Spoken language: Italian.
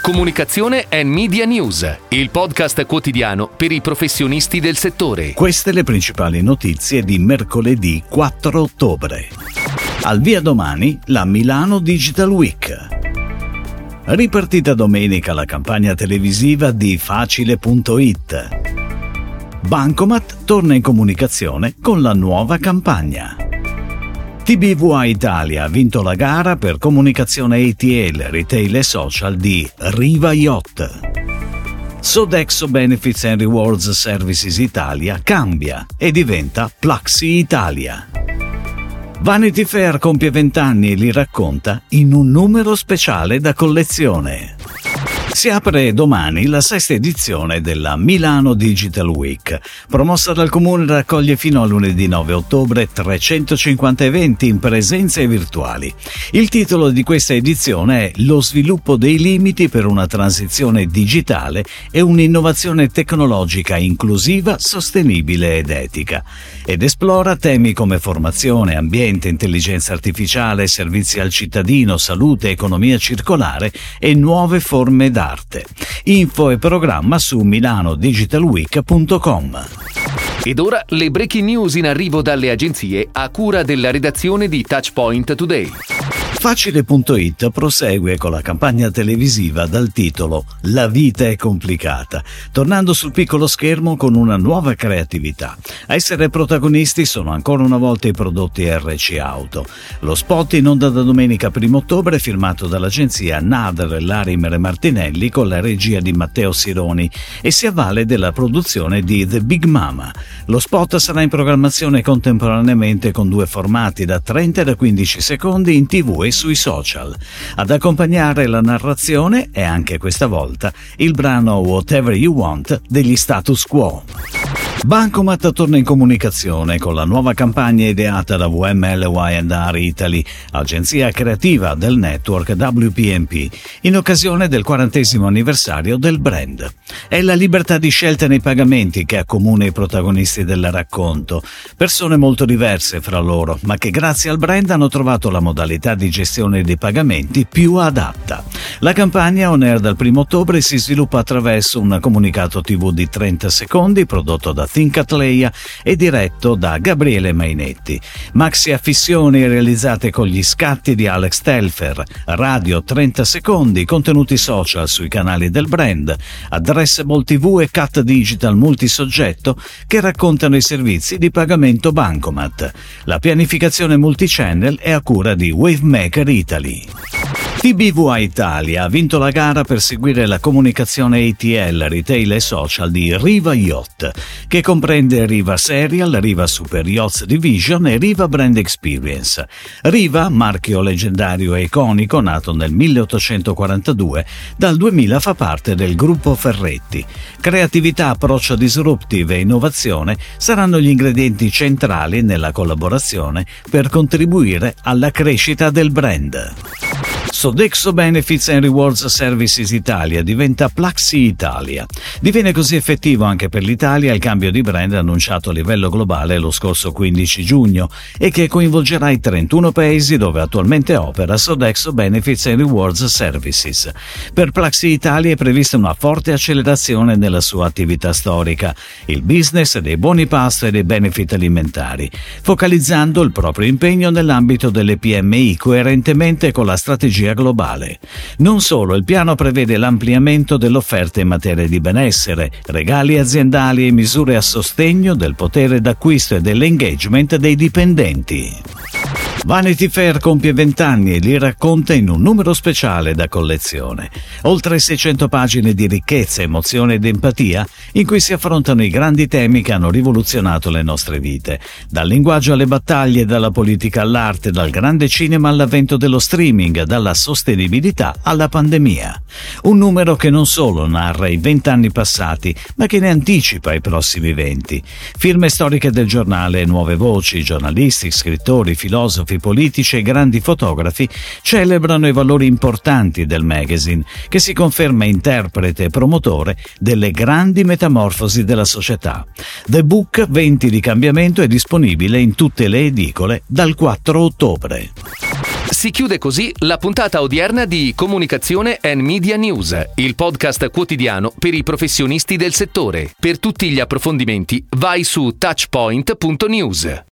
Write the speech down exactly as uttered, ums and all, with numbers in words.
Comunicazione and Media News, il podcast quotidiano per i professionisti del settore. Queste le principali notizie di mercoledì quattro ottobre. Al via domani la Milano Digital Week. Ripartita domenica la campagna televisiva di Facile punto it. Bancomat torna in comunicazione con la nuova campagna. T B V A Italia ha vinto la gara per comunicazione A T L, retail e social di Riva Yacht. Sodexo Benefits and Rewards Services Italia cambia e diventa Pluxee Italia. Vanity Fair compie venti anni e li racconta in un numero speciale da collezione. Si apre domani la sesta edizione della Milano Digital Week. Promossa dal Comune, raccoglie fino a lunedì nove ottobre trecentocinquanta eventi in presenza e virtuali. Il titolo di questa edizione è Lo sviluppo dei limiti per una transizione digitale e un'innovazione tecnologica inclusiva, sostenibile ed etica. Ed esplora temi come formazione, ambiente, intelligenza artificiale, servizi al cittadino, salute, economia circolare e nuove forme d'arte. Info e programma su milano digital week punto com. Ed ora le breaking news in arrivo dalle agenzie a cura della redazione di Touchpoint Today. Facile punto it prosegue con la campagna televisiva dal titolo La vita è complicata, tornando sul piccolo schermo con una nuova creatività. A essere protagonisti sono ancora una volta i prodotti R C Auto. Lo spot in onda da domenica primo ottobre, firmato dall'agenzia Nader, Larimer e Martinelli con la regia di Matteo Sironi e si avvale della produzione di The Big Mama. Lo spot sarà in programmazione contemporaneamente con due formati da trenta e da quindici secondi in tivù e sui social. Ad accompagnare la narrazione è anche questa volta il brano Whatever You Want degli Status Quo. Bancomat torna in comunicazione con la nuova campagna ideata da W M L Y and R Italy, agenzia creativa del network W P M P, in occasione del quarantesimo anniversario del brand. È la libertà di scelta nei pagamenti che accomuna i protagonisti del racconto, persone molto diverse fra loro, ma che grazie al brand hanno trovato la modalità di gestione dei pagamenti più adatta. La campagna on air dal primo ottobre si sviluppa attraverso un comunicato tivù di trenta secondi prodotto da Think Atleia e diretto da Gabriele Mainetti. Maxi affissioni realizzate con gli scatti di Alex Telfer, radio trenta secondi, contenuti social sui canali del brand, Addressable tivù e Cut Digital multisoggetto che raccontano i servizi di pagamento Bancomat. La pianificazione multichannel è a cura di Wavemaker Italy. T B V A Italia ha vinto la gara per seguire la comunicazione A T L, retail e social di Riva Yacht, che comprende Riva Serial, Riva Super Yachts Division e Riva Brand Experience. Riva, marchio leggendario e iconico nato nel milleottocentoquarantadue, dal duemila fa parte del gruppo Ferretti. Creatività, approccio disruptive e innovazione saranno gli ingredienti centrali nella collaborazione per contribuire alla crescita del brand. Sodexo Benefits and Rewards Services Italia diventa Pluxee Italia. Diviene così effettivo anche per l'Italia il cambio di brand annunciato a livello globale lo scorso quindici giugno e che coinvolgerà i trentuno paesi dove attualmente opera Sodexo Benefits and Rewards Services. Per Pluxee Italia è prevista una forte accelerazione nella sua attività storica, il business dei buoni pasto e dei benefit alimentari, focalizzando il proprio impegno nell'ambito delle P M I coerentemente con la strategia globale. Non solo, il piano prevede l'ampliamento dell'offerta in materia di benessere, regali aziendali e misure a sostegno del potere d'acquisto e dell'engagement dei dipendenti. Vanity Fair compie venti anni e li racconta in un numero speciale da collezione. Oltre seicento pagine di ricchezza, emozione ed empatia in cui si affrontano i grandi temi che hanno rivoluzionato le nostre vite. Dal linguaggio alle battaglie, dalla politica all'arte, dal grande cinema all'avvento dello streaming, dalla sostenibilità alla pandemia. Un numero che non solo narra i venti anni passati, ma che ne anticipa i prossimi venti. Firme storiche del giornale, nuove voci, giornalisti, scrittori, filosofi, politici e grandi fotografi celebrano i valori importanti del magazine, che si conferma interprete e promotore delle grandi metamorfosi della società. The Book venti di cambiamento è disponibile in tutte le edicole dal quattro ottobre. Si chiude così la puntata odierna di Comunicazione and Media News, il podcast quotidiano per i professionisti del settore. Per tutti gli approfondimenti vai su touchpoint punto news.